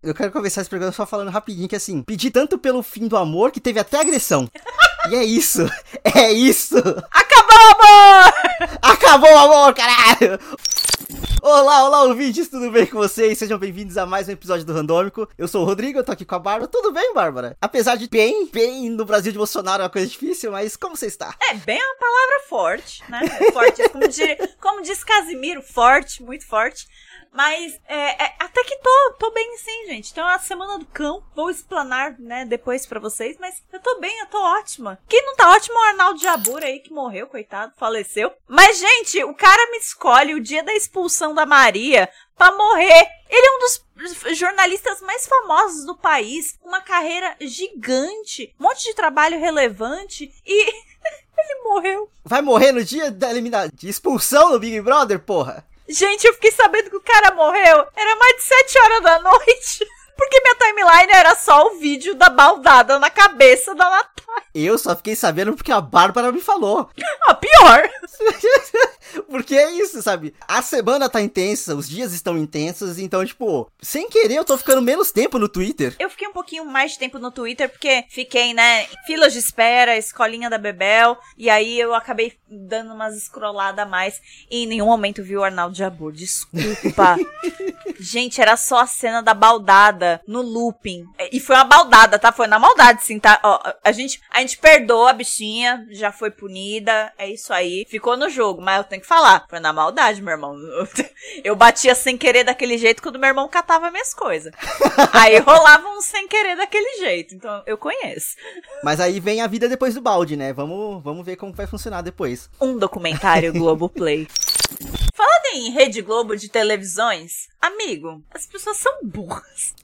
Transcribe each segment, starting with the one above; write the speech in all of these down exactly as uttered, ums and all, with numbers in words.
Eu quero começar esse programa só falando rapidinho que, assim, pedi tanto pelo fim do amor que teve até agressão. E é isso. É isso. Acabou o amor! Acabou o amor, caralho! Olá, olá, ouvintes, tudo bem com vocês? Sejam bem-vindos a mais um episódio do Randômico. Eu sou o Rodrigo, eu tô aqui com a Bárbara. Tudo bem, Bárbara? Apesar de bem, bem no Brasil de Bolsonaro é uma coisa difícil, mas como você está? É, bem é uma palavra forte, né? Forte, como, diz, como diz Casimiro, forte, muito forte. Mas é, é, até que tô, tô bem sim, gente. Então é a semana do cão. Vou explanar, né, depois pra vocês. Mas eu tô bem, eu tô ótima. Quem não tá ótimo é o Arnaldo Jabur aí, que morreu, coitado, faleceu. Mas, gente, o cara me escolhe o dia da expulsão da Maria pra morrer. Ele é um dos jornalistas mais famosos do país. Uma carreira gigante. Um monte de trabalho relevante. E ele morreu. Vai morrer no dia da eliminação, de expulsão do Big Brother, porra? Gente, eu fiquei sabendo que o cara morreu. Era mais de sete horas da noite. Porque minha timeline era só o vídeo da baldada na cabeça da Natália. Eu só fiquei sabendo porque a Bárbara me falou. Ah, pior. Porque é isso, sabe? A semana tá intensa, os dias estão intensos, então, tipo, sem querer eu tô ficando menos tempo no Twitter. Eu fiquei um pouquinho mais de tempo no Twitter, porque fiquei, né, filas de espera, escolinha da Bebel, e aí eu acabei dando umas scrolladas a mais, e em nenhum momento vi o Arnaldo Jabur, desculpa. Gente, era só a cena da baldada no looping, e foi uma baldada, tá? Foi na maldade, sim, tá? Ó, a gente, a gente perdoa a bichinha, já foi punida, é isso aí, ficou no jogo, mas eu tenho que falar, foi na maldade, meu irmão. Eu batia sem querer daquele jeito quando meu irmão catava minhas coisas. Aí rolava um sem querer daquele jeito, então eu conheço. Mas aí vem a vida depois do balde, né? Vamos, vamos ver como vai funcionar depois. Um documentário Globoplay. Falando em Rede Globo de televisões, amigo, as pessoas são burras.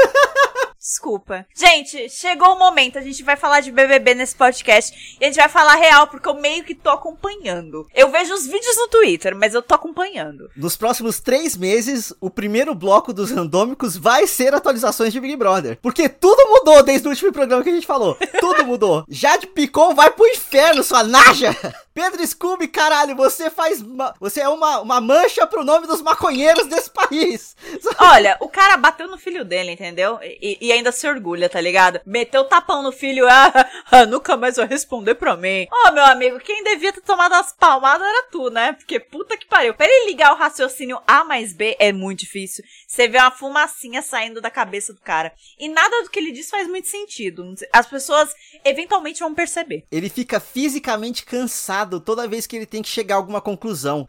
Desculpa. Gente, chegou o momento, a gente vai falar de B B B nesse podcast, e a gente vai falar real, porque eu meio que tô acompanhando. Eu vejo os vídeos no Twitter, mas eu tô acompanhando. Nos próximos três meses, o primeiro bloco dos randômicos vai ser atualizações de Big Brother. Porque tudo mudou desde o último programa que a gente falou. Tudo mudou. Jade Picon vai pro inferno, sua naja! Pedro Scooby, caralho, você faz... Ma... Você é uma, uma mancha pro nome dos maconheiros desse país. Olha, o cara bateu no filho dele, entendeu? E, e ainda se orgulha, tá ligado? Meteu o tapão no filho, ah, ah, nunca mais vai responder pra mim. Ô, oh, meu amigo, quem devia ter tomado as palmadas era tu, né? Porque puta que pariu. Pra ele ligar o raciocínio A mais B é muito difícil. Você vê uma fumacinha saindo da cabeça do cara. E nada do que ele diz faz muito sentido. As pessoas eventualmente vão perceber. Ele fica fisicamente cansado toda vez que ele tem que chegar a alguma conclusão.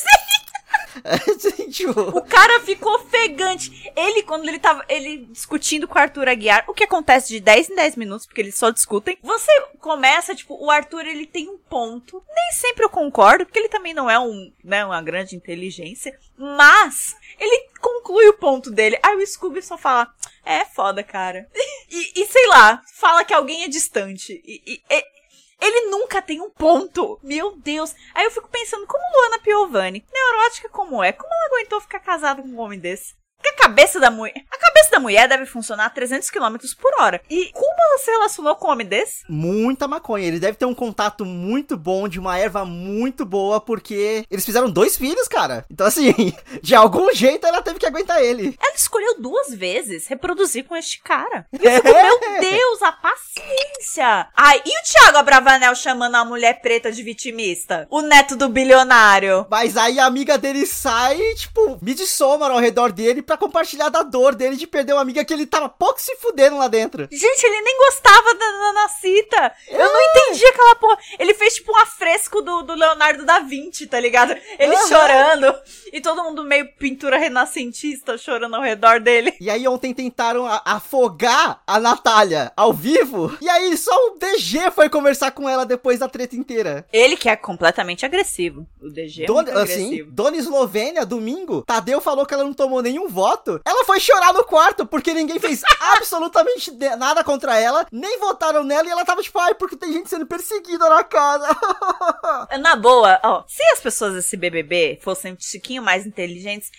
Sim. Tipo... O cara ficou ofegante. Ele, quando ele tava ele discutindo com o Arthur Aguiar, o que acontece de dez em dez minutos, porque eles só discutem, você começa, tipo, o Arthur, ele tem um ponto. Nem sempre eu concordo, porque ele também não é um, né, uma grande inteligência, mas ele conclui o ponto dele. Aí o Scooby só fala, é foda, cara. E, e sei lá, fala que alguém é distante. E... e, e ele nunca tem um ponto. Meu Deus. Aí eu fico pensando, como Luana Piovani, neurótica como é, como ela aguentou ficar casada com um homem desse? Porque a cabeça da mulher... A cabeça da mulher deve funcionar a trezentos quilômetros por hora. E como ela se relacionou com um homem desse? Muita maconha. Ele deve ter um contato muito bom, de uma erva muito boa, porque eles fizeram dois filhos, cara. Então, assim, de algum jeito ela teve que aguentar ele. Ela escolheu duas vezes reproduzir com este cara. Eu fico, meu Deus, a paciência. Ai, e o Thiago Abravanel chamando a mulher preta de vitimista? O neto do bilionário. Mas aí a amiga dele sai, tipo, midsommar ao redor dele pra compartilhar da dor dele de perder uma amiga que ele tava pouco se fudendo lá dentro. Gente, ele nem gostava da Nana Cita. É. Eu não entendi aquela porra. Ele fez tipo um afresco do, do Leonardo da Vinci, tá ligado? Ele uhum. chorando. E todo mundo meio pintura renascentista chorando ao redor dele. E aí ontem tentaram a- afogar a Natália ao vivo. E aí só o D G foi conversar com ela depois da treta inteira. Ele que é completamente agressivo. O D G é Dona, muito agressivo. Assim, Dona Eslovênia, domingo, Tadeu falou que ela não tomou nenhum voto. Ela foi chorar no quarto porque ninguém fez absolutamente nada contra ela. Nem votaram nela e ela tava tipo, ai, porque tem gente sendo perseguida na casa. Na boa, ó, se as pessoas desse B B B fossem um tiquinho mais inteligentes, eu não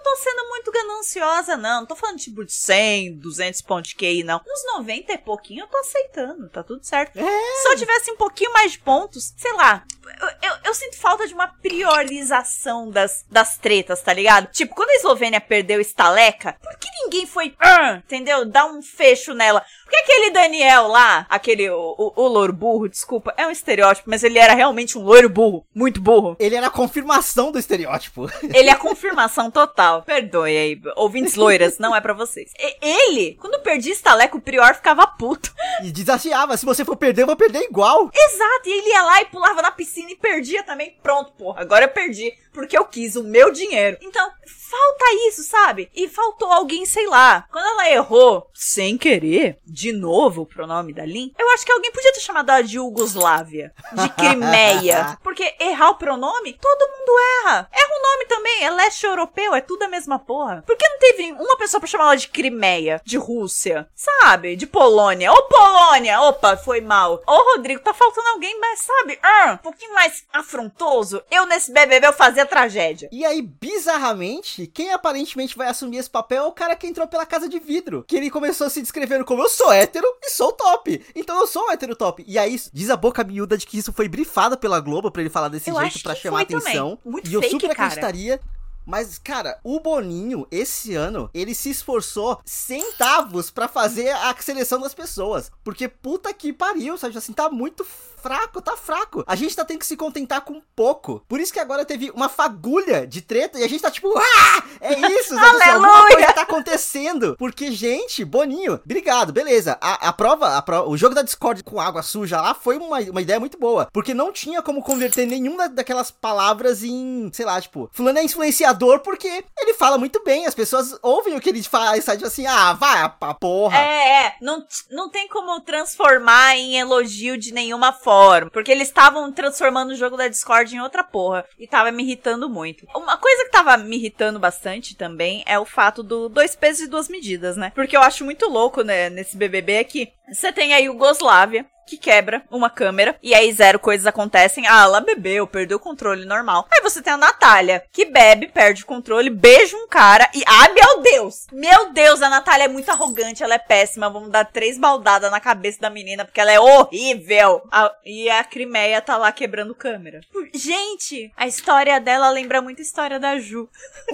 tô sendo muito gananciosa, não. Não tô falando tipo de cem, duzentos pontos de Q I, não. Nos noventa e pouquinho eu tô aceitando, tá tudo certo. É. Se eu tivesse um pouquinho mais de pontos, sei lá, eu, eu, eu sinto falta de uma priorização das, das tretas, tá ligado? Tipo, quando a Eslovênia perdeu Staleca, por que ninguém foi, uh, entendeu? Dar um fecho nela. Porque aquele Daniel lá, aquele, o, o, o loiro burro, desculpa, é um estereótipo, mas ele era realmente um loiro burro, muito burro. Ele era a confirmação do estereótipo. Ele é a confirmação total. Perdoe aí, ouvintes loiras, não é pra vocês. E, ele, quando perdia Staleca, o Prior ficava puto. E desafiava, se você for perder, eu vou perder igual. Exato, e ele ia lá e pulava na piscina e perdia também. Pronto, porra, agora eu perdi, porque eu quis o meu dinheiro. Então, falta isso, sabe? E faltou alguém, sei lá, quando ela errou, sem querer, de novo o pronome da Lin, eu acho que alguém podia ter chamado ela de Iugoslávia, de Crimeia. Porque errar o pronome, todo mundo erra. Erra o nome também, é leste europeu, é tudo a mesma porra. Por que não teve uma pessoa pra chamar ela de Crimeia, de Rússia, sabe? De Polônia. Ô Polônia, opa, foi mal. Ô Rodrigo, tá faltando alguém, mas sabe, ah, um pouquinho mais afrontoso. Eu nesse B B B eu fazia tragédia. E aí, bizarramente, quem aparentemente vai assumir esse papel é o cara que entrou pela Casa de Vidro. Que ele começou se descrevendo como eu sou hétero e sou top. Então eu sou um hétero top. E aí, diz a boca miúda de que isso foi brifado pela Globo pra ele falar desse eu jeito pra chamar atenção. Muito e fake, eu super cara. acreditaria. Mas, cara, o Boninho, esse ano, ele se esforçou centavos pra fazer a seleção das pessoas. Porque puta que pariu, sabe? Assim, tá muito fraco, tá fraco. A gente tá tendo que se contentar com pouco. Por isso que agora teve uma fagulha de treta e a gente tá tipo, ah, é isso, sabe? Assim, alguma coisa tá acontecendo. Porque, gente, Boninho, obrigado, beleza. A, a, prova, a prova, o jogo da Discord com água suja lá foi uma, uma ideia muito boa. Porque não tinha como converter nenhuma daquelas palavras em, sei lá, tipo, fulano é influenciador porque ele fala muito bem, as pessoas ouvem o que ele faz, sabe, tipo assim, ah, vai a porra. É, é, não, não tem como transformar em elogio de nenhuma forma, porque eles estavam transformando o jogo da Discord em outra porra, e tava me irritando muito. Uma coisa que tava me irritando bastante também é o fato do dois pesos e duas medidas, né, porque eu acho muito louco, né, nesse B B B que você tem a Iugoslávia, que quebra uma câmera, e aí zero coisas acontecem. Ah, ela bebeu, perdeu o controle normal. Aí você tem a Natália, que bebe, perde o controle, beija um cara e... Ah, meu Deus! Meu Deus, a Natália é muito arrogante, ela é péssima. Vamos dar três baldadas na cabeça da menina, porque ela é horrível. A... E a Crimeia tá lá quebrando câmera. Gente, a história dela lembra muito a história da Ju.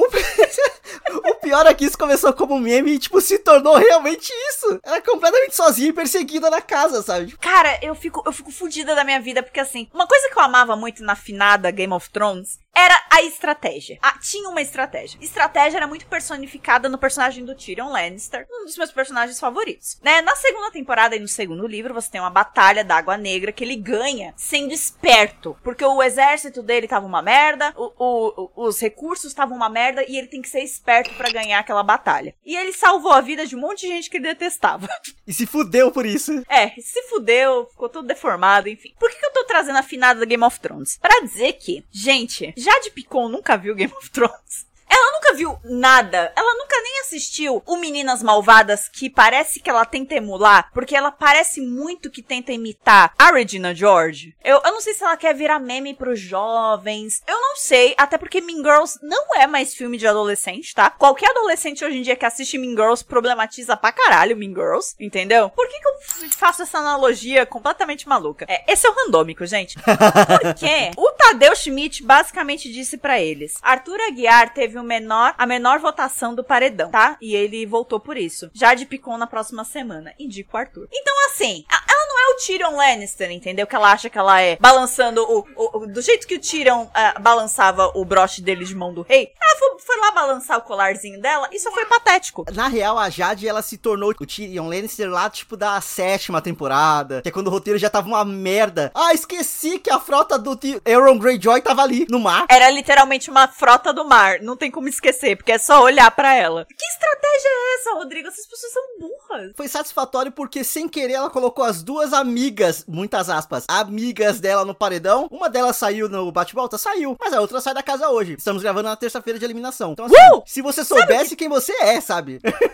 O pior é que isso começou como meme e, tipo, se tornou realmente isso. Ela é completamente sozinha e perseguida na casa, sabe? Cara, Cara, eu fico, eu fico fodida da minha vida, porque assim, uma coisa que eu amava muito na finada Game of Thrones era a estratégia. Ah, tinha uma estratégia. Estratégia era muito personificada no personagem do Tyrion Lannister, um dos meus personagens favoritos, né? Na segunda temporada e no segundo livro, você tem uma batalha da Água Negra que ele ganha sendo esperto, porque o exército dele tava uma merda, o, o, o, os recursos estavam uma merda, e ele tem que ser esperto pra ganhar aquela batalha. E ele salvou a vida de um monte de gente que ele detestava. E se fudeu por isso. É, se fudeu, ficou tudo deformado, enfim. Por que, que eu tô trazendo a finada da Game of Thrones? Pra dizer que, gente, Jade Picon nunca viu Game of Thrones. Ela nunca viu nada. Ela nunca nem assistiu o Meninas Malvadas, que parece que ela tenta emular, porque ela parece muito que tenta imitar a Regina George. Eu, eu não sei se ela quer virar meme pros jovens. Eu não sei, até porque Mean Girls não é mais filme de adolescente, tá? Qualquer adolescente hoje em dia que assiste Mean Girls problematiza pra caralho Mean Girls, entendeu? Por que que eu faço essa analogia completamente maluca? É, esse é o randômico, gente. Porque o Tadeu Schmidt basicamente disse pra eles: Arthur Aguiar teve o menor, a menor votação do paredão, tá? E ele voltou por isso. Jade Picon na próxima semana. Indico o Arthur. Então, assim, a, ela não é o Tyrion Lannister, entendeu? Que ela acha que ela é balançando o... o, o do jeito que o Tyrion uh, balançava o broche dele de mão do rei, ela foi, foi lá balançar o colarzinho dela. Isso foi patético. Na real, a Jade, ela se tornou o Tyrion Lannister lá, tipo, da sétima temporada, que é quando o roteiro já tava uma merda. Ah, esqueci que a frota do Euron Greyjoy tava ali, no mar. Era literalmente uma frota do mar. Não tem como esquecer, porque é só olhar pra ela. Que estratégia é essa, Rodrigo? Essas pessoas são burras. Foi satisfatório porque, sem querer, ela colocou as duas amigas, muitas aspas, amigas dela no paredão. Uma delas saiu no bate-volta? Saiu. Mas a outra sai da casa hoje. Estamos gravando na terça-feira de eliminação. Então, assim, uh! se você soubesse quem você é, sabe?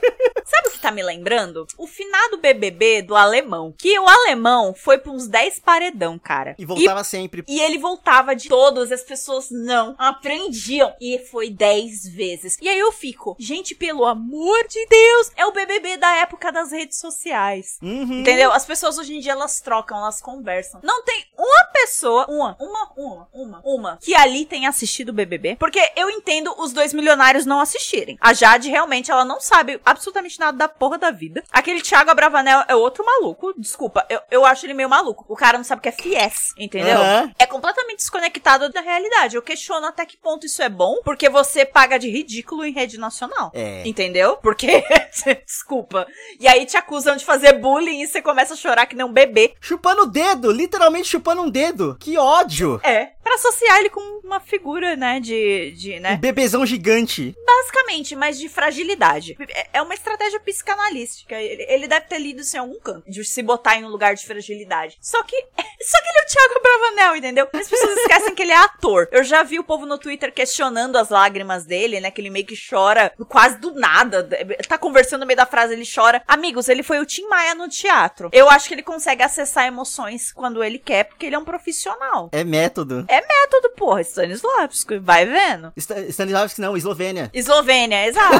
Sabe o que tá me lembrando? O finado B B B do alemão. Que o alemão foi pra uns dez paredão, cara. E voltava e, sempre. E ele voltava de todos, as pessoas não aprendiam. E foi dez vezes. E aí eu fico, gente, pelo amor de Deus, é o B B B da época das redes sociais. Uhum. Entendeu? As pessoas hoje em dia, elas trocam, elas conversam. Não tem uma pessoa, uma, uma, uma, uma, uma, que ali tenha assistido o B B B. Porque eu entendo os dois milionários não assistirem. A Jade, realmente, ela não sabe absolutamente nada da porra da vida. Aquele Thiago Abravanel é outro maluco. Desculpa, eu, eu acho ele meio maluco. O cara não sabe o que é fiéis, entendeu? Uhum. É completamente desconectado da realidade. Eu questiono até que ponto isso é bom, porque você paga de ridículo em rede nacional. É. Entendeu? Porque, desculpa. E aí te acusam de fazer bullying e você começa a chorar que nem um bebê. Chupando o dedo, literalmente chupando um dedo. Que ódio. É, pra associar ele com uma figura, né, de, de né? Um bebezão gigante. Basicamente, mas de fragilidade. É uma estratégia psicanalística. Ele, ele deve ter lido isso em algum canto, de se botar em um lugar de fragilidade. Só que, só que ele é o Thiago Abravanel, entendeu? As pessoas esquecem que ele é ator. Eu já vi o povo no Twitter questionando as lágrimas dele, né, que ele meio que chora quase do nada. Tá conversando no meio da frase, ele chora. Amigos, ele foi o Tim Maia no teatro. Eu acho que ele consegue acessar emoções quando ele quer, porque ele é um profissional. É método. É método, porra. Stanislavski, vai vendo. St- Stanislavski não, Eslovênia. Eslovênia, exato.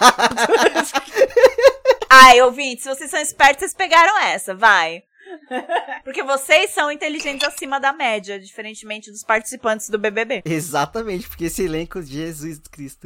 Ai, ouvintes, se vocês são espertos, vocês pegaram essa, vai. Porque vocês são inteligentes acima da média, diferentemente dos participantes do B B B. Exatamente, porque esse elenco, Jesus Cristo.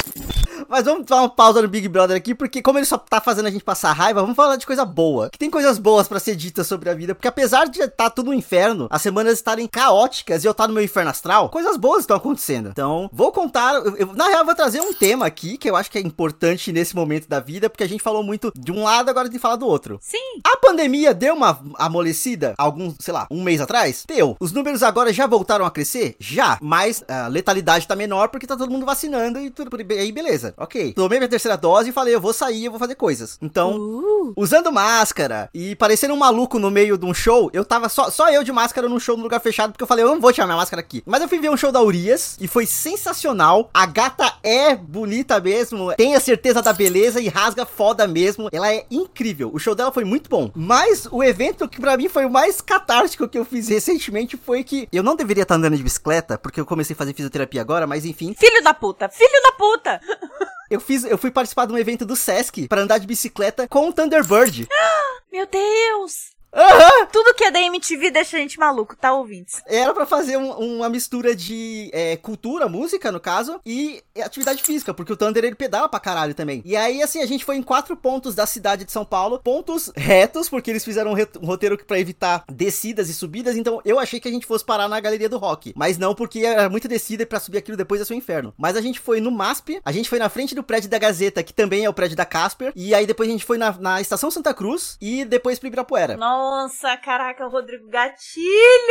Mas vamos dar uma pausa no Big Brother aqui, porque como ele só tá fazendo a gente passar raiva, vamos falar de coisa boa. Que tem coisas boas pra ser ditas sobre a vida, porque apesar de estar tudo um inferno, as semanas estarem caóticas e eu estar no meu inferno astral, coisas boas estão acontecendo. Então, vou contar, eu, eu, na real, eu vou trazer um tema aqui, que eu acho que é importante nesse momento da vida, porque a gente falou muito de um lado, agora tem que falar do outro. Sim. A pandemia deu uma amolecida, alguns, sei lá, um mês atrás? Deu. Os números agora já voltaram a crescer? Já. Mas a letalidade tá menor porque tá todo mundo vacinando e tudo, aí beleza. Ok. Tomei minha terceira dose e falei, eu vou sair, eu vou fazer coisas. Então, uh. usando máscara e parecendo um maluco no meio de um show, eu tava só, só eu de máscara num show num lugar fechado, porque eu falei, eu não vou tirar minha máscara aqui. Mas eu fui ver um show da Urias e foi sensacional. A gata é bonita mesmo, tem a certeza da beleza e rasga foda mesmo. Ela é incrível. O show dela foi muito bom. Mas o evento que pra mim foi o mais catártico que eu fiz recentemente foi que eu não deveria estar andando de bicicleta, porque eu comecei a fazer fisioterapia agora, mas enfim. Filho da puta! Filho da puta! Eu fiz, eu fui participar de um evento do Sesc pra andar de bicicleta com o Thunderbird. Meu Deus! Uhum. Tudo que é da M T V deixa a gente maluco, tá, ouvintes? Era pra fazer um, uma mistura de é, cultura, música, no caso, e atividade física, porque o Thunder, ele pedala pra caralho também. E aí, assim, a gente foi em quatro pontos da cidade de São Paulo, pontos retos, porque eles fizeram um, re- um roteiro pra evitar descidas e subidas, então eu achei que a gente fosse parar na Galeria do Rock. Mas não, porque era muito descida e pra subir aquilo depois ia ser um inferno. Mas a gente foi no M A S P, a gente foi na frente do prédio da Gazeta, que também é o prédio da Casper, e aí depois a gente foi na, na Estação Santa Cruz, e depois pro Ibirapuera. Nossa, caraca, Rodrigo Gatilho!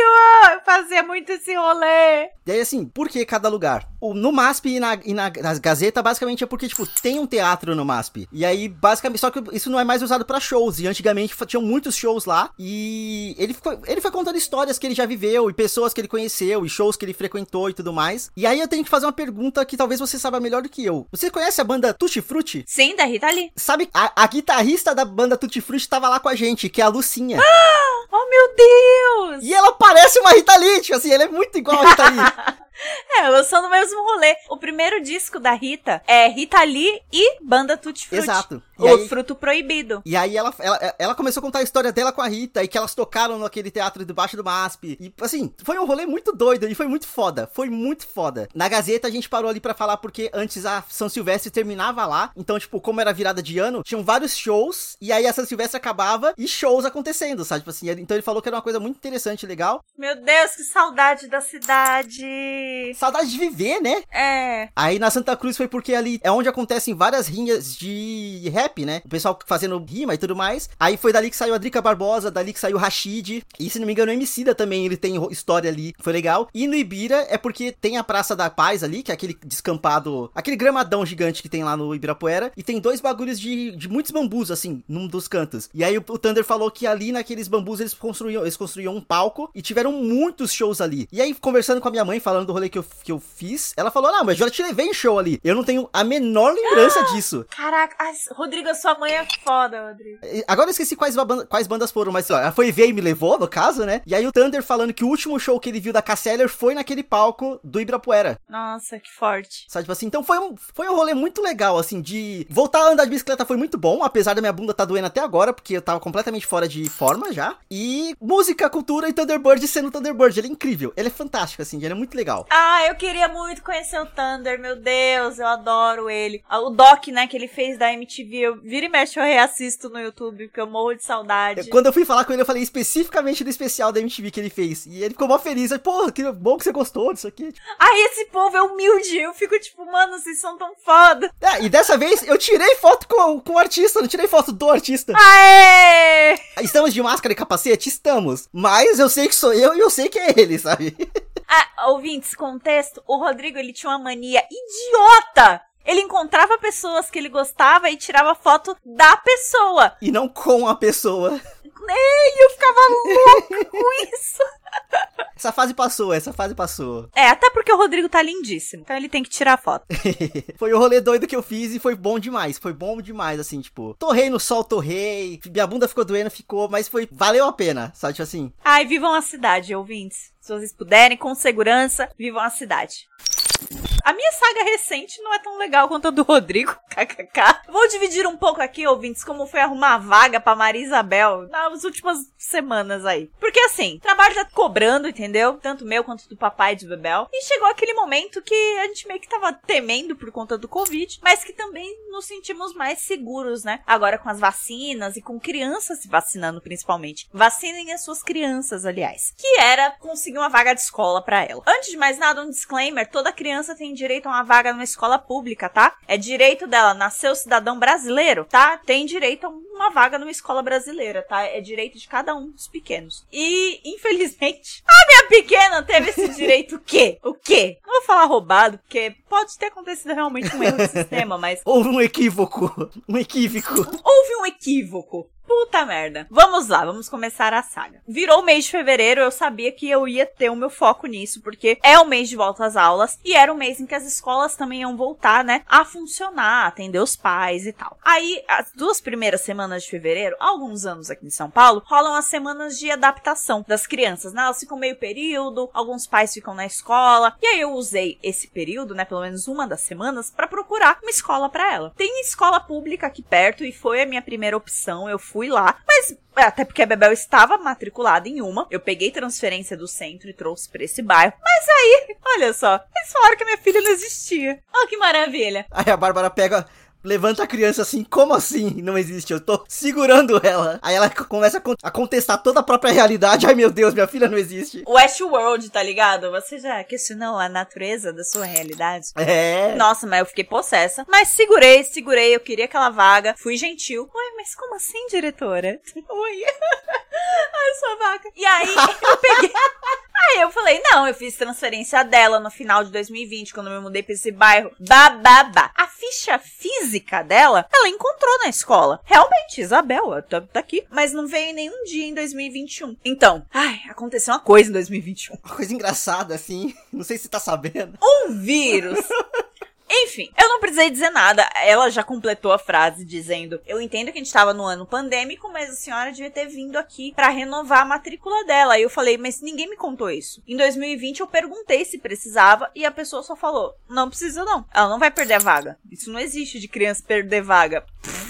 Eu fazia muito esse rolê. E aí, assim, por que cada lugar? O, no M A S P e, na, e na, na Gazeta, basicamente é porque, tipo, tem um teatro no M A S P. E aí, basicamente, só que isso não é mais usado pra shows. E antigamente tinham muitos shows lá. E ele, ficou, ele foi contando histórias que ele já viveu, e pessoas que ele conheceu, e shows que ele frequentou e tudo mais. E aí eu tenho que fazer uma pergunta que talvez você saiba melhor do que eu. Você conhece a banda Tutti Frutti? Sim, da Rita Lee. Sabe, a, a guitarrista da banda Tutti Frutti tava lá com a gente, que é a Lucinha. Oh, meu Deus! E ela parece uma Rita Lee, tipo assim, ela é muito igual a Rita Lee. É, elas são no mesmo rolê. O primeiro disco da Rita é Rita Lee e Banda Tutti Frutti. Exato. E o aí, Fruto Proibido. E aí ela, ela, ela começou a contar a história dela com a Rita, e que elas tocaram naquele teatro debaixo do M A S P. E assim, foi um rolê muito doido, e foi muito foda. Foi muito foda. Na Gazeta a gente parou ali pra falar porque antes a São Silvestre terminava lá. Então, tipo, como era virada de ano, tinham vários shows, e aí a São Silvestre acabava e shows acontecendo, sabe? Tipo assim, então ele falou que era uma coisa muito interessante, legal. Meu Deus, que saudade da cidade. Saudade de viver, né? É. Aí na Santa Cruz foi porque ali é onde acontecem várias rinhas de rap, né? O pessoal fazendo rima e tudo mais. Aí foi dali que saiu a Drica Barbosa, dali que saiu o Rashid. E se não me engano, o Emicida também, ele tem história ali. Foi legal. E no Ibira é porque tem a Praça da Paz ali, que é aquele descampado, aquele gramadão gigante que tem lá no Ibirapuera. E tem dois bagulhos de, de muitos bambus, assim, num dos cantos. E aí o, o Thunder falou que ali naqueles bambus eles construíam, eles construíam um palco e tiveram muitos shows ali. E aí, conversando com a minha mãe, falando do do rolê que eu, que eu fiz, ela falou, não, mas eu já te levei em show ali. Eu não tenho a menor lembrança ah, disso. Caraca, ai, Rodrigo, sua mãe é foda, Rodrigo. Agora eu esqueci quais, quais bandas foram, mas ó, ela foi ver e me levou, no caso, né? E aí o Thunder falando que o último show que ele viu da Casseller foi naquele palco do Ibirapuera. Nossa, que forte. Sabe, tipo assim, então foi um, foi um rolê muito legal, assim, de voltar a andar de bicicleta foi muito bom, apesar da minha bunda tá doendo até agora, porque eu tava completamente fora de forma já. E música, cultura e Thunderbird sendo Thunderbird, ele é incrível, ele é fantástico, assim, ele é muito legal. Ah, eu queria muito conhecer o Thunder, meu Deus, eu adoro ele. O doc, né, que ele fez da M T V, eu vira e mexe, eu reassisto no YouTube, porque eu morro de saudade. Quando eu fui falar com ele, eu falei especificamente do especial da M T V que ele fez, e ele ficou mó feliz, eu, pô, que bom que você gostou disso aqui. Ai, esse povo é humilde, eu fico tipo, mano, vocês são tão foda. É, e dessa vez eu tirei foto com, com o artista, não tirei foto do artista. Aê! Estamos de máscara e capacete? Estamos. Mas eu sei que sou eu e eu sei que é ele, sabe? Ah, ouvintes, contexto, o Rodrigo, ele tinha uma mania idiota. Ele encontrava pessoas que ele gostava e tirava foto da pessoa. E não com a pessoa. Ei, eu ficava louca com isso. Essa fase passou, essa fase passou. É, até porque o Rodrigo tá lindíssimo, então ele tem que tirar foto. Foi o rolê doido que eu fiz e foi bom demais, foi bom demais, assim, tipo, torrei no sol, torrei, minha bunda ficou doendo, ficou, mas foi, valeu a pena, sabe, tipo assim. Ai, vivam a cidade, ouvintes. Se vocês puderem, com segurança, vivam a cidade. A minha saga recente não é tão legal quanto a do Rodrigo, kkk. Vou dividir um pouco aqui, ouvintes, como foi arrumar vaga pra Maria Isabel nas últimas semanas aí. Porque assim, o trabalho tá cobrando, entendeu? Tanto meu quanto do papai de Bebel. E chegou aquele momento que a gente meio que tava temendo por conta do Covid, mas que também nos sentimos mais seguros, né? Agora com as vacinas e com crianças se vacinando principalmente. Vacinem as suas crianças, aliás. Que era conseguir uma vaga de escola pra ela. Antes de mais nada, um disclaimer, toda criança tem direito a uma vaga numa escola pública, tá? É direito dela, nasceu cidadão brasileiro, tá? Tem direito a uma vaga numa escola brasileira, tá? É direito de cada um dos pequenos. E, infelizmente, a minha pequena teve esse direito o quê? O quê? Não vou falar roubado, porque pode ter acontecido realmente um erro de sistema, mas... Houve um equívoco, um equívoco. Houve um equívoco. Puta merda. Vamos lá, vamos começar a saga. Virou o mês de fevereiro, eu sabia que eu ia ter o meu foco nisso, porque é o mês de volta às aulas, e era o mês em que as escolas também iam voltar, né, a funcionar, atender os pais e tal. Aí, as duas primeiras semanas de fevereiro, há alguns anos aqui em São Paulo, rolam as semanas de adaptação das crianças, né, elas ficam meio período, alguns pais ficam na escola, e aí eu usei esse período, né, pelo menos uma das semanas, pra procurar uma escola pra ela. Tem escola pública aqui perto, e foi a minha primeira opção, eu fui lá, mas até porque a Bebel estava matriculada em uma, eu peguei transferência do centro e trouxe pra esse bairro, mas aí, olha só, eles falaram que a minha filha não existia. Olha que maravilha. Aí a Bárbara pega... Levanta a criança assim, como assim não existe? Eu tô segurando ela. Aí ela começa a, con- a contestar toda a própria realidade. Ai, meu Deus, minha filha não existe. Westworld, tá ligado? Você já questionou a natureza da sua realidade? É. Nossa, mas eu fiquei possessa. Mas segurei, segurei, eu queria aquela vaga. Fui gentil. Ué, mas como assim, diretora? Oi. Ai, sua vaca. E aí, eu peguei... Aí eu falei, não, eu fiz transferência dela no final de dois mil e vinte, quando eu me mudei pra esse bairro. Bababá. A ficha física dela, ela encontrou na escola. Realmente, Isabel, tá, tá aqui. Mas não veio nenhum dia em dois mil e vinte e um. Então, ai, aconteceu uma coisa em dois mil e vinte e um. Uma coisa engraçada, assim. Não sei se você tá sabendo. Um vírus... Enfim, eu não precisei dizer nada, ela já completou a frase dizendo: eu entendo que a gente tava no ano pandêmico, mas a senhora devia ter vindo aqui pra renovar a matrícula dela. Aí eu falei, mas ninguém me contou isso. Em dois mil e vinte eu perguntei se precisava e a pessoa só falou, não precisa não, ela não vai perder a vaga. Isso não existe de criança perder vaga.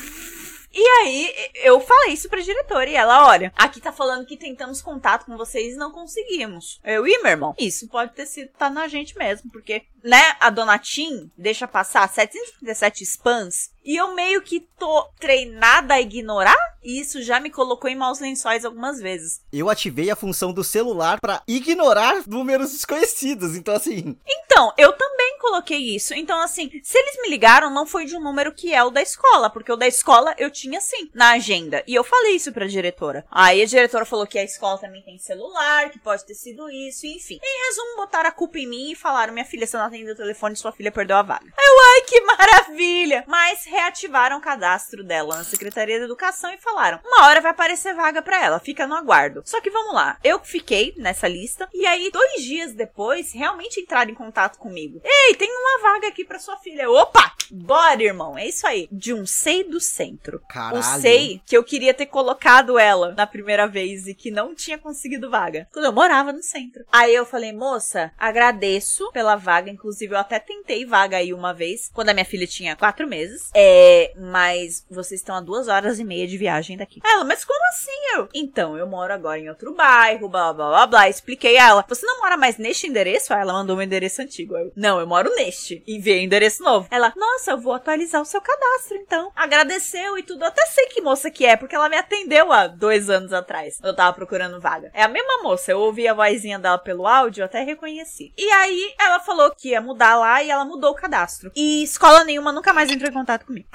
E aí, eu falei isso pra diretora e ela, olha, aqui tá falando que tentamos contato com vocês e não conseguimos. Eu, e meu irmão, isso pode ter sido, tá na gente mesmo, porque, né, a Dona Tim deixa passar setecentos e trinta e sete spams e eu meio que tô treinada a ignorar e isso já me colocou em maus lençóis algumas vezes. Eu ativei a função do celular pra ignorar números desconhecidos, então assim... Então, eu também coloquei isso. Então, assim, se eles me ligaram, não foi de um número que é o da escola, porque o da escola eu tinha sim na agenda. E eu falei isso pra diretora. Aí a diretora falou que a escola também tem celular, que pode ter sido isso, enfim. Em resumo, botaram a culpa em mim e falaram, minha filha, você não atendeu o telefone, sua filha perdeu a vaga. Aí ai, que maravilha! Mas reativaram o cadastro dela na Secretaria da Educação e falaram, uma hora vai aparecer vaga pra ela, fica no aguardo. Só que vamos lá, eu fiquei nessa lista e aí dois dias depois realmente entraram em contato comigo. Ei, tem uma vaga aqui pra sua filha. Opa! Bora, irmão, é isso aí. De um S E I do centro. Caralho. O S E I que eu queria ter colocado ela na primeira vez e que não tinha conseguido vaga. Quando eu morava no centro. Aí eu falei, moça, agradeço pela vaga. Inclusive, eu até tentei vaga aí uma vez, quando a minha filha tinha quatro meses. É, mas vocês estão a duas horas e meia de viagem daqui. Aí ela, mas como assim eu? Então, eu moro agora em outro bairro, blá, blá, blá, blá. Expliquei a ela, você não mora mais neste endereço? Aí ela mandou um endereço antigo. Eu, não, eu moro neste. Enviei o endereço novo. Ela, nossa, eu vou atualizar o seu cadastro, então. Agradeceu e tudo. Eu até sei que moça que é, porque ela me atendeu há dois anos atrás. Eu tava procurando vaga. É a mesma moça. Eu ouvi a vozinha dela pelo áudio, eu até reconheci. E aí, ela falou que ia mudar lá e ela mudou o cadastro. E escola nenhuma nunca mais entrou em contato comigo.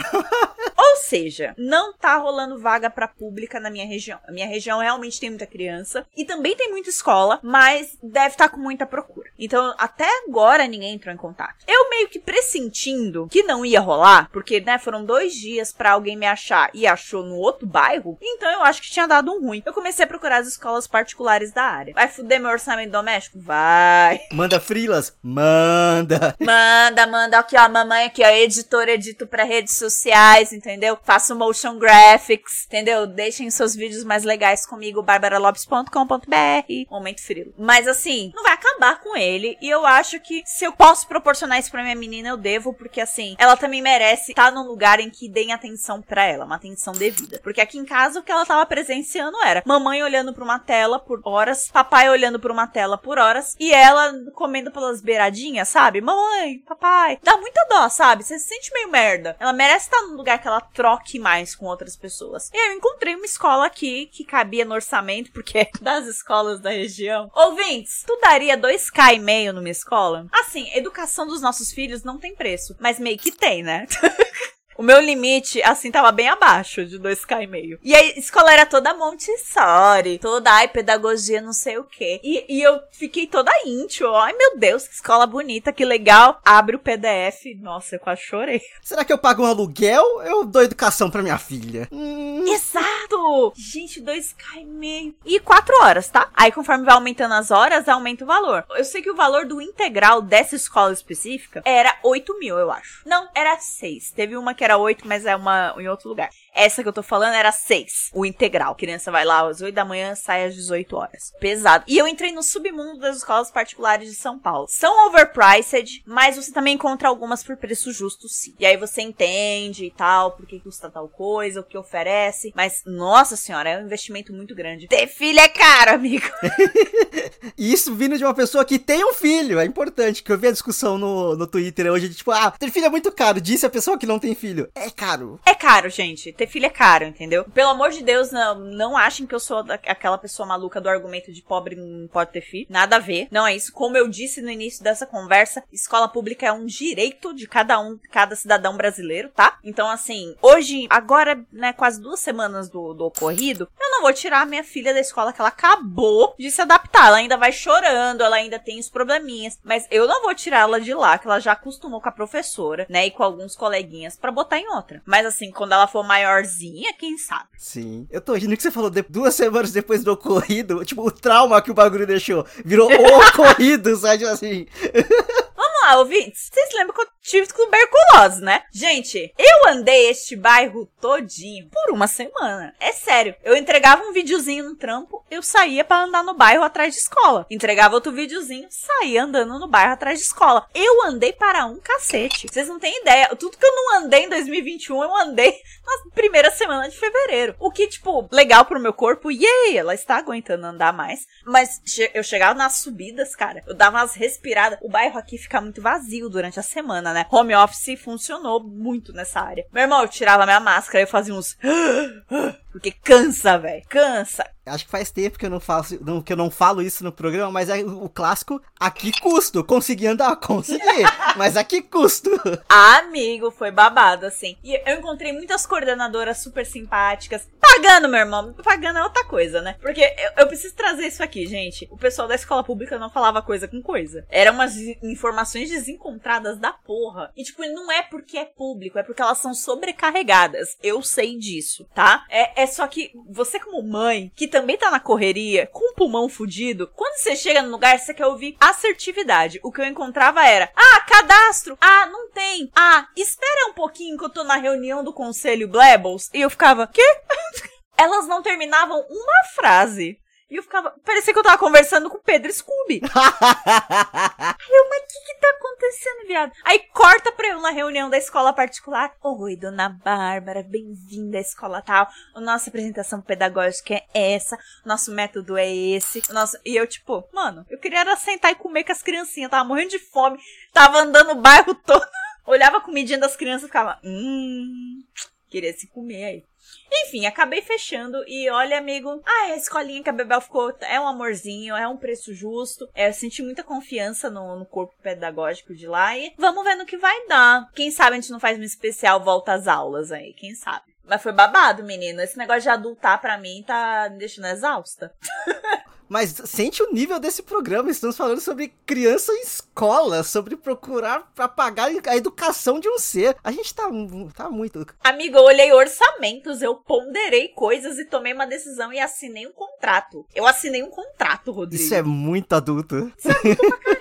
Ou seja, não tá rolando vaga pra pública na minha região. A minha região realmente tem muita criança. E também tem muita escola, mas deve estar com muita procura. Então, até agora, ninguém entrou em contato. Eu meio que pressentindo que não ia rolar, porque, né, foram dois dias pra alguém me achar e achou no outro bairro, então eu acho que tinha dado um ruim. Eu comecei a procurar as escolas particulares da área. Vai fuder meu orçamento doméstico? Vai. Manda frilas? Manda. Manda, manda. Aqui, ó, mamãe aqui, ó, editor, edito pra redes sociais, entendeu? Faço motion graphics, entendeu? Deixem seus vídeos mais legais comigo, barbara lopes ponto com ponto b r. Momento frilo. Mas assim, não vai acabar com ele, e eu acho que se eu posso proporcionar isso pra minha menina, eu devo, porque assim, ela também merece estar num lugar em que deem atenção pra ela, uma atenção devida. Porque aqui em casa, o que ela tava presenciando era mamãe olhando pra uma tela por horas, papai olhando pra uma tela por horas, e ela comendo pelas beiradinhas, sabe? Mamãe, papai. Dá muita dó, sabe? Você se sente meio merda. Ela merece estar num lugar que ela troque mais com outras pessoas. E aí eu encontrei uma escola aqui que cabia no orçamento, porque é das escolas da região. Ouvintes, tu daria dois K e meio numa escola? Assim, educação dos nossos filhos não tem preço, mas meio que tem, né? O meu limite, assim, tava bem abaixo de dois K e meio. E a escola era toda Montessori, toda, ai, pedagogia não sei o quê. E, e eu fiquei toda íntima. Ai, meu Deus, que escola bonita, que legal. Abre o P D F. Nossa, eu quase chorei. Será que eu pago um aluguel ou eu dou educação pra minha filha? Hum... Exato! Gente, dois K e meio. E quatro horas, tá? Aí, conforme vai aumentando as horas, aumenta o valor. Eu sei que o valor do integral dessa escola específica era oito mil, eu acho. Não, era seis. Teve uma que era oito, mas é uma em outro lugar. Essa que eu tô falando era seis, o integral. A criança vai lá às oito da manhã, sai às dezoito horas. Pesado. E eu entrei no submundo das escolas particulares de São Paulo. São overpriced, mas você também encontra algumas por preço justo, sim. E aí você entende e tal, por que custa tal coisa, o que oferece. Mas, nossa senhora, é um investimento muito grande. Ter filho é caro, amigo. Isso vindo de uma pessoa que tem um filho. É importante, que eu vi a discussão no, no Twitter hoje de tipo, ah, ter filho é muito caro. Disse a pessoa que não tem filho. É caro. É caro, gente. Ter filho é caro, entendeu? Pelo amor de Deus, não, não achem que eu sou aquela pessoa maluca do argumento de pobre não pode ter filho. Nada a ver. Não é isso. Como eu disse no início dessa conversa, escola pública é um direito de cada um, cada cidadão brasileiro, tá? Então, assim, hoje, agora, né, quase duas semanas do, do ocorrido, eu não vou tirar a minha filha da escola que ela acabou de se adaptar. Ela ainda vai chorando, ela ainda tem os probleminhas, mas eu não vou tirar ela de lá, que ela já acostumou com a professora, né, e com alguns coleguinhas pra botar em outra. Mas assim, quando ela for maiorzinha, quem sabe? Sim. Eu tô rindo que você falou de, duas semanas depois do ocorrido, tipo, o trauma que o bagulho deixou. Virou o ocorrido, sabe? Assim. Vamos lá, ouvintes. Vocês lembram que eu tive tuberculose, né? Gente, eu andei este bairro todinho por uma semana. É sério. Eu entregava um videozinho no trampo, eu saía pra andar no bairro atrás de escola. Entregava outro videozinho, saía andando no bairro atrás de escola. Eu andei para um cacete. Vocês não têm ideia. Tudo que eu não andei em dois mil e vinte e um, eu andei na primeira semana de fevereiro. O que, tipo, legal pro meu corpo. Yay! Ela está aguentando andar mais. Mas che- eu chegava nas subidas, cara. Eu dava umas respiradas. O bairro aqui fica muito vazio durante a semana, né? Home office funcionou muito nessa área. Meu irmão, eu tirava minha máscara e eu fazia uns... Porque cansa, velho. Cansa. Acho que faz tempo que eu não, faço, não, que eu não falo isso no programa, mas é o, o clássico, a que custo? Consegui andar? Consegui, mas a que custo? Amigo, foi babado, assim. E eu encontrei muitas coordenadoras super simpáticas, pagando, meu irmão. Pagando é outra coisa, né? Porque eu, eu preciso trazer isso aqui, gente. O pessoal da escola pública não falava coisa com coisa. Eram umas informações desencontradas da porra. E, tipo, não é porque é público, é porque elas são sobrecarregadas. Eu sei disso, tá? É, é só que você, como mãe, que também tá na correria, com o pulmão fudido, quando você chega no lugar, você quer ouvir assertividade. O que eu encontrava era, ah, cadastro, ah, não tem, ah, espera um pouquinho que eu tô na reunião do Conselho Blebbles, e eu ficava, quê? Elas não terminavam uma frase. E eu ficava... Parecia que eu tava conversando com o Pedro Scooby. Aí eu, mas o que que tá acontecendo, viado? Aí corta pra eu na reunião da escola particular. Oi, dona Bárbara, bem-vinda à escola tal. A nossa apresentação pedagógica é essa. Nosso método é esse. Nosso... E eu, tipo, mano, eu queria era sentar e comer com as criancinhas. Eu tava morrendo de fome. Tava andando o bairro todo. Olhava a comidinha das crianças e ficava... Hum... Queria se comer aí. Enfim, acabei fechando e olha, amigo, ah, a escolinha que a Bebel ficou é um amorzinho, é um preço justo. É, eu senti muita confiança no, no corpo pedagógico de lá e vamos ver no que vai dar. Quem sabe a gente não faz um especial volta às aulas aí, quem sabe. Mas foi babado, menino. Esse negócio de adultar pra mim tá me deixando exausta. Mas sente o nível desse programa. Estamos falando sobre criança em escola, sobre procurar apagar a educação de um ser. A gente tá, tá muito... Amigo, eu olhei orçamentos, eu ponderei coisas e tomei uma decisão e assinei um contrato. Eu assinei um contrato, Rodrigo. Isso é muito adulto. Isso é adulto pra caralho.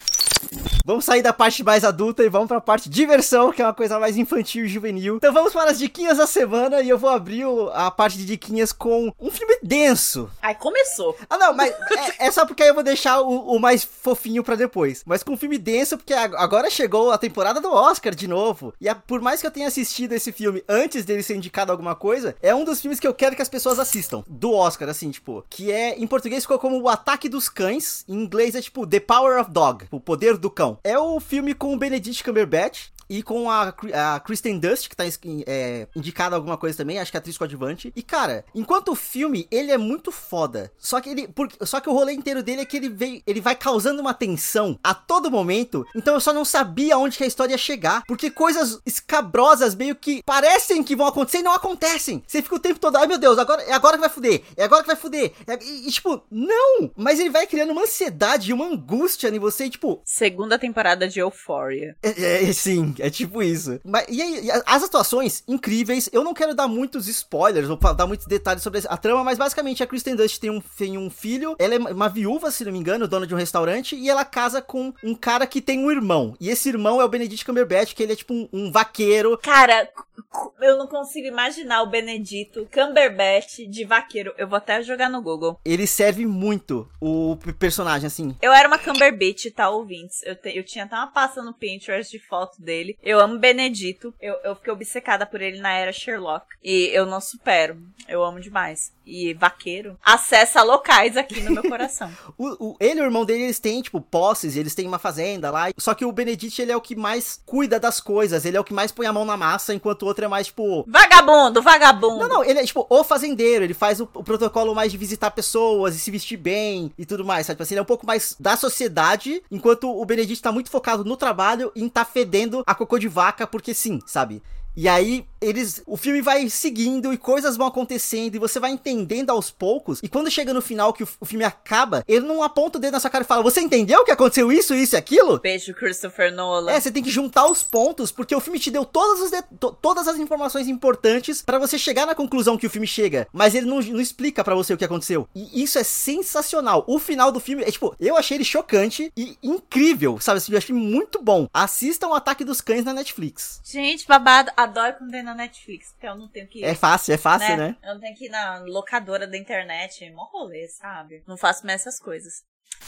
Vamos sair da parte mais adulta e vamos pra parte diversão, que é uma coisa mais infantil e juvenil. Então vamos para as diquinhas da semana e eu vou abrir o, a parte de diquinhas com um filme denso. Ai, começou. Ah, não, mas é, é só porque aí eu vou deixar o, o mais fofinho pra depois. Mas com um filme denso, porque agora chegou a temporada do Oscar de novo. E a, por mais que eu tenha assistido esse filme antes dele ser indicado a alguma coisa, é um dos filmes que eu quero que as pessoas assistam. Do Oscar, assim, tipo. Que é, em português ficou como O Ataque dos Cães. Em inglês é tipo The Power of Dog. O Poder do Cão. É o filme com o Benedict Cumberbatch e com a, a Kristen Dunst, que tá é, indicada alguma coisa também, acho que é atriz coadjuvante. E, cara, enquanto o filme, ele é muito foda. Só que ele, por, só que o rolê inteiro dele é que ele, veio, ele vai causando uma tensão a todo momento. Então eu só não sabia onde que a história ia chegar. Porque coisas escabrosas meio que parecem que vão acontecer e não acontecem. Você fica o tempo todo, ai meu Deus, agora, é agora que vai fuder. É agora que vai fuder. É, e, e tipo, não. Mas ele vai criando uma ansiedade e uma angústia em você, e, tipo... Segunda temporada de Euphoria. É, é, sim, é tipo isso. Mas, e aí, as atuações incríveis. Eu não quero dar muitos spoilers ou dar muitos detalhes sobre a trama, mas basicamente a Kristen Dunst tem um, tem um filho. Ela é uma viúva, se não me engano, dona de um restaurante, e ela casa com um cara que tem um irmão. E esse irmão é o Benedict Cumberbatch, que ele é tipo um, um vaqueiro. Cara, eu não consigo imaginar o Benedito Cumberbatch de vaqueiro. Eu vou até jogar no Google. Ele serve muito o personagem, assim. Eu era uma Cumberbatch, tá, ouvintes? Eu, te, eu tinha até uma pasta no Pinterest de foto dele. Eu amo Benedito. Eu, eu fiquei obcecada por ele na era Sherlock. E eu não supero. Eu amo demais. E vaqueiro acessa locais aqui no meu coração. o, o, ele e o irmão dele, eles têm, tipo, posses, eles têm uma fazenda lá. Só que o Benedict, ele é o que mais cuida das coisas. Ele é o que mais põe a mão na massa, enquanto o outro é mais, tipo... Vagabundo, vagabundo. Não, não, ele é, tipo, o fazendeiro. Ele faz o, o protocolo mais de visitar pessoas e se vestir bem e tudo mais, sabe? Tipo assim, ele é um pouco mais da sociedade, enquanto o Benedict tá muito focado no trabalho e em tá fedendo a cocô de vaca, porque sim, sabe? E aí, eles... O filme vai seguindo e coisas vão acontecendo e você vai entendendo aos poucos. E quando chega no final, que o, o filme acaba, ele não aponta o dedo na sua cara e fala: você entendeu que aconteceu isso, isso e aquilo? Beijo, Christopher Nolan. É, você tem que juntar os pontos, porque o filme te deu todas, os de... todas as informações importantes pra você chegar na conclusão que o filme chega. Mas ele não, não explica pra você o que aconteceu. E isso é sensacional. O final do filme é, tipo, eu achei ele chocante e incrível, sabe? Eu achei muito bom. Assistam O Ataque dos Cães na Netflix. Gente, babado. Adoro quando tem na Netflix, porque eu não tenho que ir. É fácil, é fácil, né? né? Eu não tenho que ir na locadora da internet, mó rolê, sabe? Não faço mais essas coisas.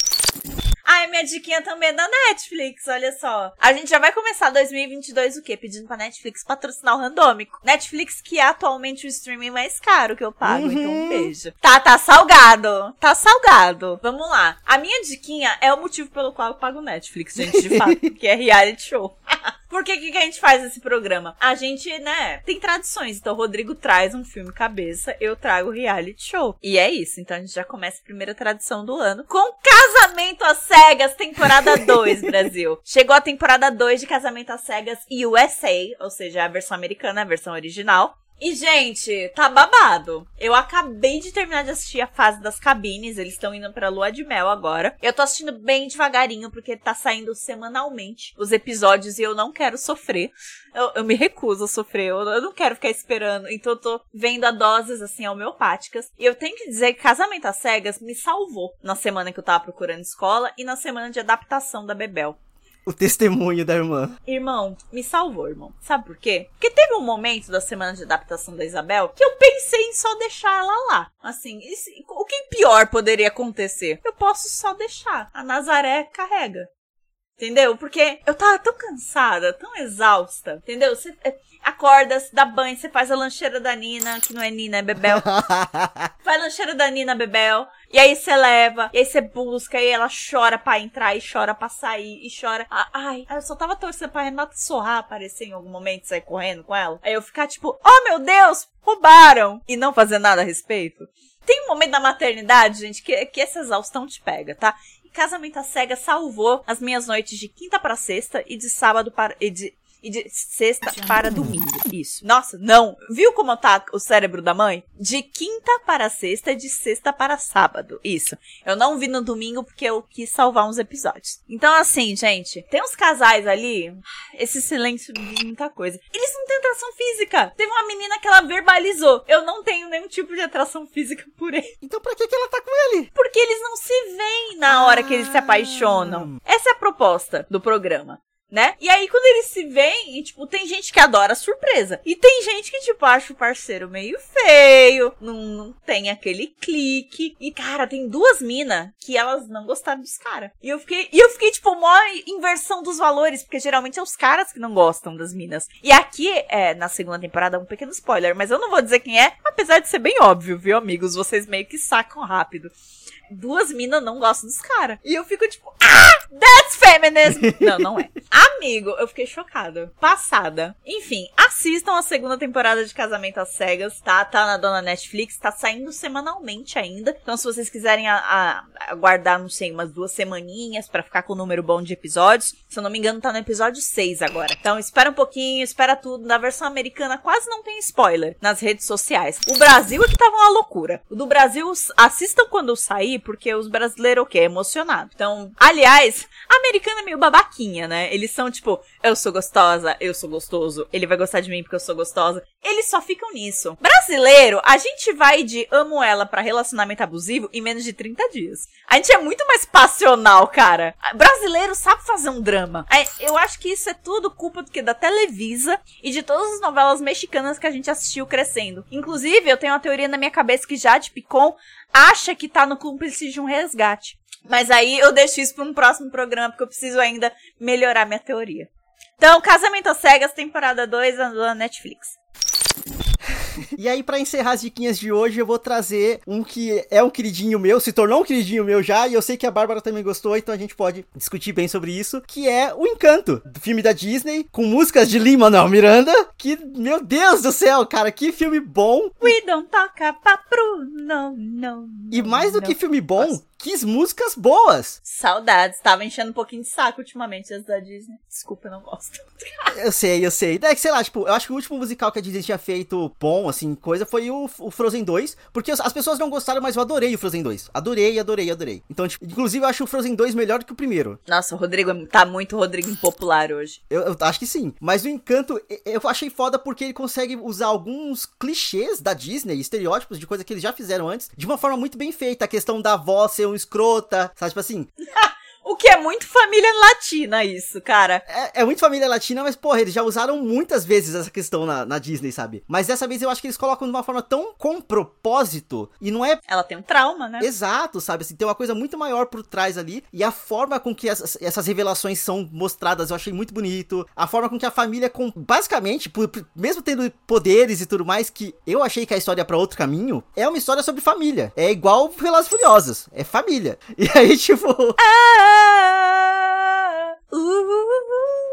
Ah, e minha diquinha também é da Netflix, olha só. A gente já vai começar dois mil e vinte e dois o quê? Pedindo pra Netflix patrocinar o Randômico. Netflix, que é atualmente o streaming mais caro que eu pago, uhum. Então um beijo. Tá, tá salgado. Tá salgado. Vamos lá. A minha diquinha é o motivo pelo qual eu pago Netflix, gente, de fato, que é reality show. Porque o que, que a gente faz nesse programa? A gente, né, tem tradições. Então o Rodrigo traz um filme cabeça, eu trago reality show. E é isso. Então a gente já começa a primeira tradição do ano com Casamento às Cegas, temporada dois, Brasil. Chegou a temporada dois de Casamento às Cegas U S A, ou seja, a versão americana, a versão original. E, gente, tá babado. Eu acabei de terminar de assistir a fase das cabines. Eles estão indo pra lua de mel agora. Eu tô assistindo bem devagarinho, porque tá saindo semanalmente os episódios e eu não quero sofrer. Eu, eu me recuso a sofrer. Eu, eu não quero ficar esperando. Então eu tô vendo a doses, assim, homeopáticas. E eu tenho que dizer que Casamento às Cegas me salvou na semana que eu tava procurando escola e na semana de adaptação da Bebel. O testemunho da irmã. Irmão, me salvou, irmão. Sabe por quê? Porque teve um momento da semana de adaptação da Isabel que eu pensei em só deixar ela lá. Assim, isso, o que pior poderia acontecer? Eu posso só deixar. A Nazaré carrega. Entendeu? Porque eu tava tão cansada, tão exausta. Entendeu? Você acorda, se dá banho, você faz a lancheira da Nina, que não é Nina, é Bebel. Faz a lancheira da Nina, Bebel. E aí você leva, e aí você busca, e ela chora pra entrar, e chora pra sair, e chora. Ai, eu só tava torcendo pra Renata Sorrah aparecer em algum momento e sair correndo com ela. Aí eu ficar tipo, oh meu Deus, roubaram! E não fazer nada a respeito. Tem um momento da maternidade, gente, que, que essa exaustão te pega, tá? Casamento às Cegas salvou as minhas noites de quinta para sexta e de sábado para... E de, e de sexta para domingo. Isso. Nossa, não. Viu como tá o cérebro da mãe? De quinta para sexta e de sexta para sábado. Isso. Eu não vi no domingo porque eu quis salvar uns episódios. Então, assim, gente, tem uns casais ali, esse silêncio diz muita coisa. Eles não têm atração física. Teve uma menina que ela verbalizou. Eu não tenho nenhum tipo de atração física por ele. Então pra que que ela tá com ele? Porque eles não se veem na hora que eles se apaixonam. Essa é a proposta do programa. Né? E aí, quando eles se veem, e, tipo, tem gente que adora a surpresa. E tem gente que, tipo, acha o parceiro meio feio, não, não tem aquele clique. E, cara, tem duas minas que elas não gostaram dos caras. E eu fiquei, e eu fiquei, tipo, mó inversão dos valores, porque geralmente é os caras que não gostam das minas. E aqui, é, na segunda temporada, um pequeno spoiler, mas eu não vou dizer quem é, apesar de ser bem óbvio, viu, amigos? Vocês meio que sacam rápido. Duas minas não gostam dos caras. E eu fico tipo, ah, that's feminism. Não, não é. Amigo, eu fiquei chocada. Passada. Enfim, assistam a segunda temporada de Casamento às Cegas, tá? Tá na dona Netflix, tá saindo semanalmente ainda. Então, se vocês quiserem a, a, aguardar, não sei, umas duas semaninhas pra ficar com um número bom de episódios, se eu não me engano, tá no episódio seis agora. Então, espera um pouquinho, espera tudo. Na versão americana quase não tem spoiler nas redes sociais. O Brasil é que tava uma loucura. O do Brasil, assistam quando sair, porque os brasileiros o quê? Emocionado. Então, aliás, a americana é meio babaquinha, né? Eles são tipo, eu sou gostosa, eu sou gostoso, ele vai gostar de mim porque eu sou gostosa. Eles só ficam nisso. Brasileiro, a gente vai de amo ela pra relacionamento abusivo em menos de trinta dias. A gente é muito mais passional, cara. Brasileiro sabe fazer um drama. Eu acho que isso é tudo culpa do que da Televisa e de todas as novelas mexicanas que a gente assistiu crescendo. Inclusive, eu tenho uma teoria na minha cabeça que Jade Picon acha que tá no cúmplice de um resgate. Mas aí eu deixo isso para um próximo programa, porque eu preciso ainda melhorar minha teoria. Então, Casamento às Cegas, temporada dois, na Netflix. E aí, pra encerrar as diquinhas de hoje, eu vou trazer um que é um queridinho meu, se tornou um queridinho meu já, e eu sei que a Bárbara também gostou, então a gente pode discutir bem sobre isso, que é O Encanto, do filme da Disney, com músicas de Lin-Manuel Miranda, que, meu Deus do céu, cara, que filme bom! We don't talk about Bruno, no, E mais do no. que filme bom, Nossa. Que músicas boas! Saudades, tava enchendo um pouquinho de saco ultimamente as da Disney. Desculpa, eu não gosto. Eu sei, eu sei. É que, sei lá, tipo, eu acho que o último musical que a Disney tinha feito bom, assim, coisa, foi o, o Frozen dois, porque as pessoas não gostaram, mas eu adorei o Frozen dois. Adorei, adorei, adorei. Então, tipo, inclusive eu acho o Frozen dois melhor do que o primeiro. Nossa, o Rodrigo tá muito Rodrigo impopular hoje. Eu, eu acho que sim. Mas o Encanto, eu achei foda porque ele consegue usar alguns clichês da Disney, estereótipos de coisa que eles já fizeram antes, de uma forma muito bem feita. A questão da avó ser um escrota, sabe, tipo assim... O que é muito família latina isso, cara. É, é muito família latina, mas, porra, eles já usaram muitas vezes essa questão na, na Disney, sabe? Mas dessa vez eu acho que eles colocam de uma forma tão com propósito, e não é... Ela tem um trauma, né? Exato, sabe? Assim, tem uma coisa muito maior por trás ali, e a forma com que as, essas revelações são mostradas eu achei muito bonito. A forma com que a família, com, basicamente, por, por, mesmo tendo poderes e tudo mais, que eu achei que a história ia pra outro caminho, é uma história sobre família. É igual Velozes e Furiosos, é família. E aí, tipo... Ah! Uh, uh, uh, uh.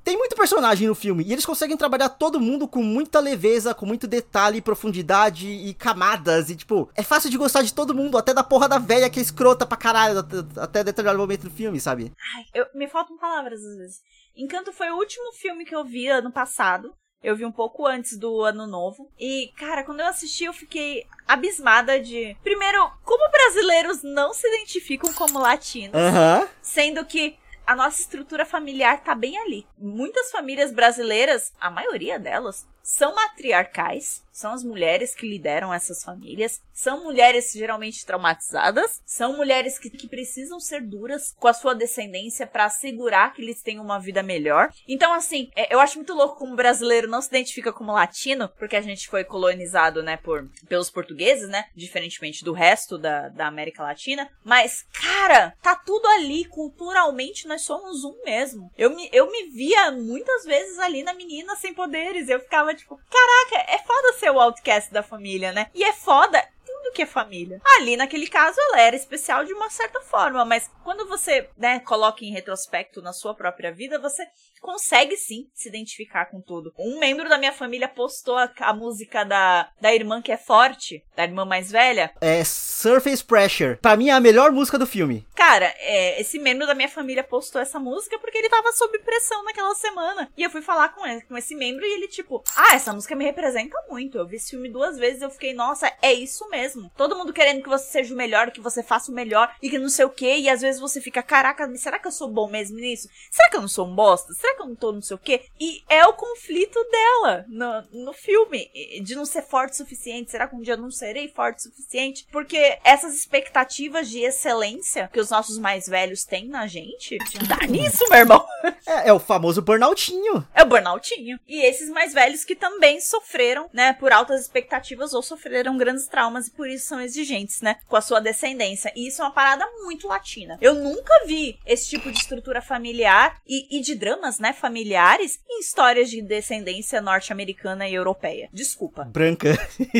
tem muito personagem no filme, e eles conseguem trabalhar todo mundo com muita leveza, com muito detalhe, profundidade e camadas, e tipo, é fácil de gostar de todo mundo, até da porra da velha que é escrota pra caralho, até determinado momento do filme, sabe? Ai, eu, me faltam palavras às vezes. Encanto foi o último filme que eu vi ano passado. Eu vi um pouco antes do Ano Novo. E, cara, quando eu assisti, eu fiquei abismada de... Primeiro, como brasileiros não se identificam como latinos. Aham. Sendo que a nossa estrutura familiar tá bem ali. Muitas famílias brasileiras, a maioria delas, são matriarcais. São as mulheres que lideram essas famílias. São mulheres geralmente traumatizadas. São mulheres que, que precisam ser duras com a sua descendência pra assegurar que eles tenham uma vida melhor. Então, assim, é, eu acho muito louco como o brasileiro não se identifica como latino, porque a gente foi colonizado, né, por, pelos portugueses, né, diferentemente do resto da, da América Latina. Mas, cara, tá tudo ali. Culturalmente, nós somos um mesmo. Eu me, eu me via muitas vezes ali na menina sem poderes. Eu ficava tipo, caraca, é foda ser o outcast da família, né? E é foda tudo que é família. Ali, naquele caso, ela era especial de uma certa forma, mas quando você, né, coloca em retrospecto na sua própria vida, você consegue, sim, se identificar com tudo. Um membro da minha família postou a, a música da, da irmã que é forte, da irmã mais velha. É Surface Pressure. Pra mim, é a melhor música do filme. Cara, é, esse membro da minha família postou essa música porque ele tava sob pressão naquela semana. E eu fui falar com, ele, com esse membro e ele, tipo, ah, essa música me representa muito. Eu vi esse filme duas vezes e eu fiquei, nossa, é isso mesmo. Todo mundo querendo que você seja o melhor, que você faça o melhor e que não sei o quê. E às vezes você fica, caraca, será que eu sou bom mesmo nisso? Será que eu não sou um bosta? Será que eu não tô não sei o quê? E é o conflito dela no, no filme, de não ser forte o suficiente. Será que um dia eu não serei forte o suficiente? Porque essas expectativas de excelência que os nossos mais velhos têm na gente, dá nisso, meu irmão. É, é o famoso burnoutinho. É o burnoutinho. E esses mais velhos que também sofreram, né, por altas expectativas ou sofreram grandes traumas e por isso são exigentes, né, com a sua descendência. E isso é uma parada muito latina. Eu nunca vi esse tipo de estrutura familiar e, e de dramas, né, familiares em histórias de descendência norte-americana e europeia. Desculpa. Branca.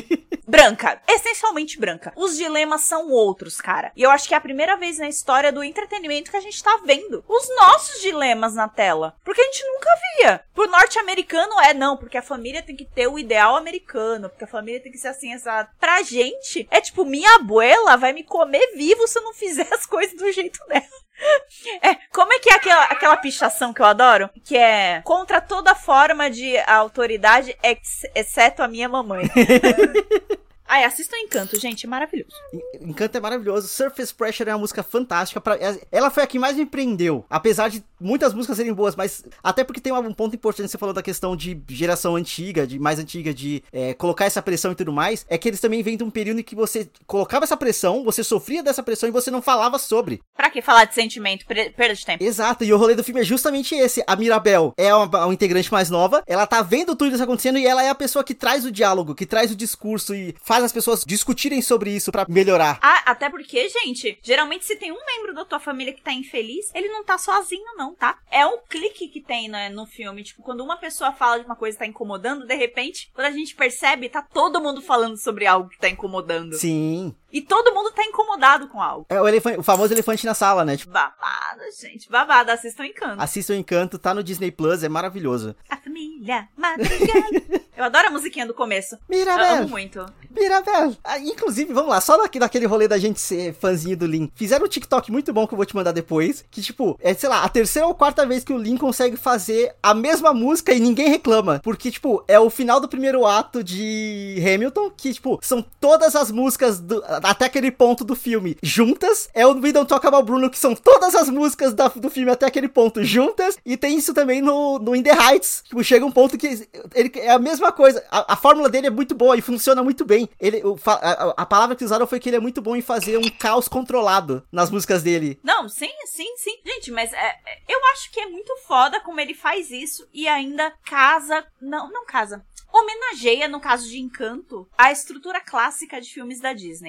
Branca. Essencialmente branca. Os dilemas são outros, cara. E eu acho que é a primeira vez na história do entretenimento que a gente tá vendo os nossos dilemas na tela. Porque a gente nunca via. Pro norte-americano é não, porque a família tem que ter o ideal americano, porque a família tem que ser assim, essa... Pra gente, é tipo, minha abuela vai me comer vivo se eu não fizer as coisas do jeito dela. É, como é que é aquela, aquela pichação que eu adoro? Que é contra toda forma de autoridade, ex, exceto a minha mamãe. Ai, assistam Encanto, gente, é maravilhoso. Encanto é maravilhoso. Surface Pressure é uma música fantástica. Pra... Ela foi a que mais me prendeu. Apesar de muitas músicas serem boas, mas até porque tem um ponto importante, você falou da questão de geração antiga, de mais antiga, de é, colocar essa pressão e tudo mais, é que eles também vêm de um período em que você colocava essa pressão, você sofria dessa pressão e você não falava sobre. Pra que falar de sentimento? Perda de tempo. Exato, e o rolê do filme é justamente esse. A Mirabel é uma, uma integrante mais nova, ela tá vendo tudo isso acontecendo e ela é a pessoa que traz o diálogo, que traz o discurso e faz as pessoas discutirem sobre isso pra melhorar. Ah, até porque, gente, geralmente se tem um membro da tua família que tá infeliz, ele não tá sozinho não, tá? É um clique que tem, né, no filme, tipo, quando uma pessoa fala de uma coisa que tá incomodando, de repente, quando a gente percebe, tá todo mundo falando sobre algo que tá incomodando. Sim. E todo mundo tá incomodado com algo. É o, elefante, o famoso elefante na sala, né? Tipo, babado, gente, babado, assistam Encanto. Assistam Encanto, tá no Disney Plus, é maravilhoso. A família madrugada. Eu adoro a musiquinha do começo. Mirabel. Eu amo muito. Mirabel. Ah, inclusive, vamos lá, só daqui, daquele rolê da gente ser fãzinho do Lin. Fizeram um TikTok muito bom que eu vou te mandar depois, que tipo, é, sei lá, a terceira ou quarta vez que o Lin consegue fazer a mesma música e ninguém reclama. Porque, tipo, é o final do primeiro ato de Hamilton, que, tipo, são todas as músicas do, até aquele ponto do filme juntas. É o We Don't Talk About Bruno, que são todas as músicas da, do filme até aquele ponto juntas. E tem isso também no, no In The Heights. Tipo, chega um ponto que ele, é a mesma coisa. A, a fórmula dele é muito boa e funciona muito bem. Ele, o, a, a palavra que usaram foi que ele é muito bom em fazer um caos controlado nas músicas dele. Não, sim, sim, sim. Gente, mas é, eu acho que é muito foda como ele faz isso e ainda casa... Não, não casa. Homenageia, no caso de Encanto, a estrutura clássica de filmes da Disney.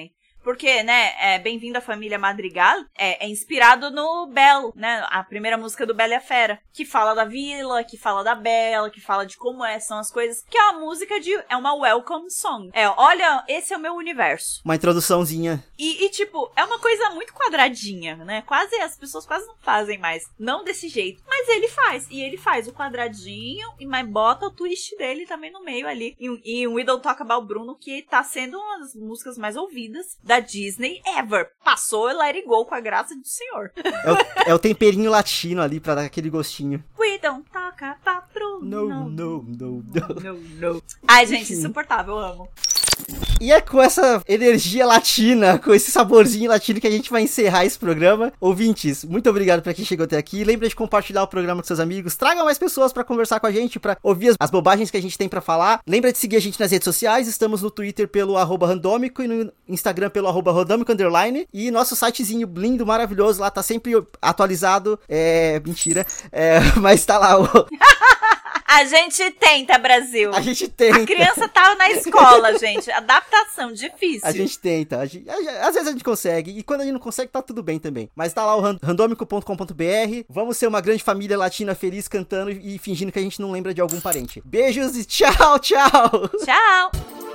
Porque, né, é, Bem-vindo à Família Madrigal é, é inspirado no Belo, né? A primeira música do Bela e a Fera, que fala da vila, que fala da Bela, que fala de como é, são as coisas, que é uma música de... é uma welcome song. É, olha, esse é o meu universo. Uma introduçãozinha. E, e, tipo, é uma coisa muito quadradinha, né? Quase, as pessoas quase não fazem mais. Não desse jeito. Mas ele faz. E ele faz o quadradinho, e mas bota o twist dele também no meio ali. E, e o We Don't Talk About Bruno, que tá sendo uma das músicas mais ouvidas da Disney ever. Passou Let It Go com a graça do senhor. É o, é o temperinho latino ali pra dar aquele gostinho. We don't talk about Bruno. No, no, no, no. No, no. Ai, gente, insuportável, eu amo. E é com essa energia latina, com esse saborzinho latino que a gente vai encerrar esse programa. Ouvintes, muito obrigado pra quem chegou até aqui. Lembra de compartilhar o programa com seus amigos. Traga mais pessoas pra conversar com a gente, pra ouvir as, as bobagens que a gente tem pra falar. Lembra de seguir a gente nas redes sociais. Estamos no Twitter pelo arroba randômico e no Instagram pelo arroba randômico underline. E nosso sitezinho lindo, maravilhoso, lá tá sempre atualizado. É... mentira. É... mas tá lá o... A gente tenta, Brasil. A gente tenta. A criança tá na escola, gente. Adaptação, difícil. A gente tenta. A gente, a, a, às vezes a gente consegue. E quando a gente não consegue, tá tudo bem também. Mas tá lá o randômico ponto com ponto b r. Vamos ser uma grande família latina feliz cantando e fingindo que a gente não lembra de algum parente. Beijos e tchau, tchau. Tchau.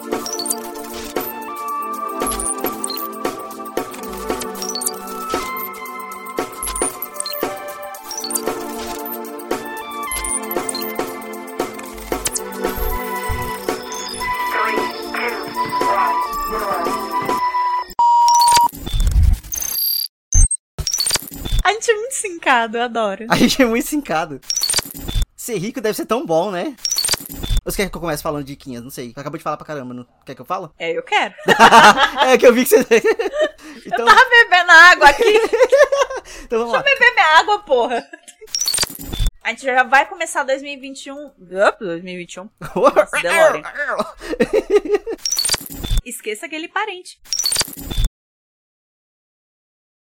A gente é muito sincado, eu adoro. A gente é muito sincado. Ser rico deve ser tão bom, né? Ou você quer que eu comece falando diquinhas? Não sei. Acabou de falar pra caramba. Não... Quer que eu falo? É, eu quero. É que eu vi que você... Então... Eu tava bebendo água aqui. Então vamos Deixa lá. eu beber minha água, porra. A gente já vai começar dois mil e vinte e um. dois mil e vinte e um. Nossa, DeLorean. Esqueça aquele parente.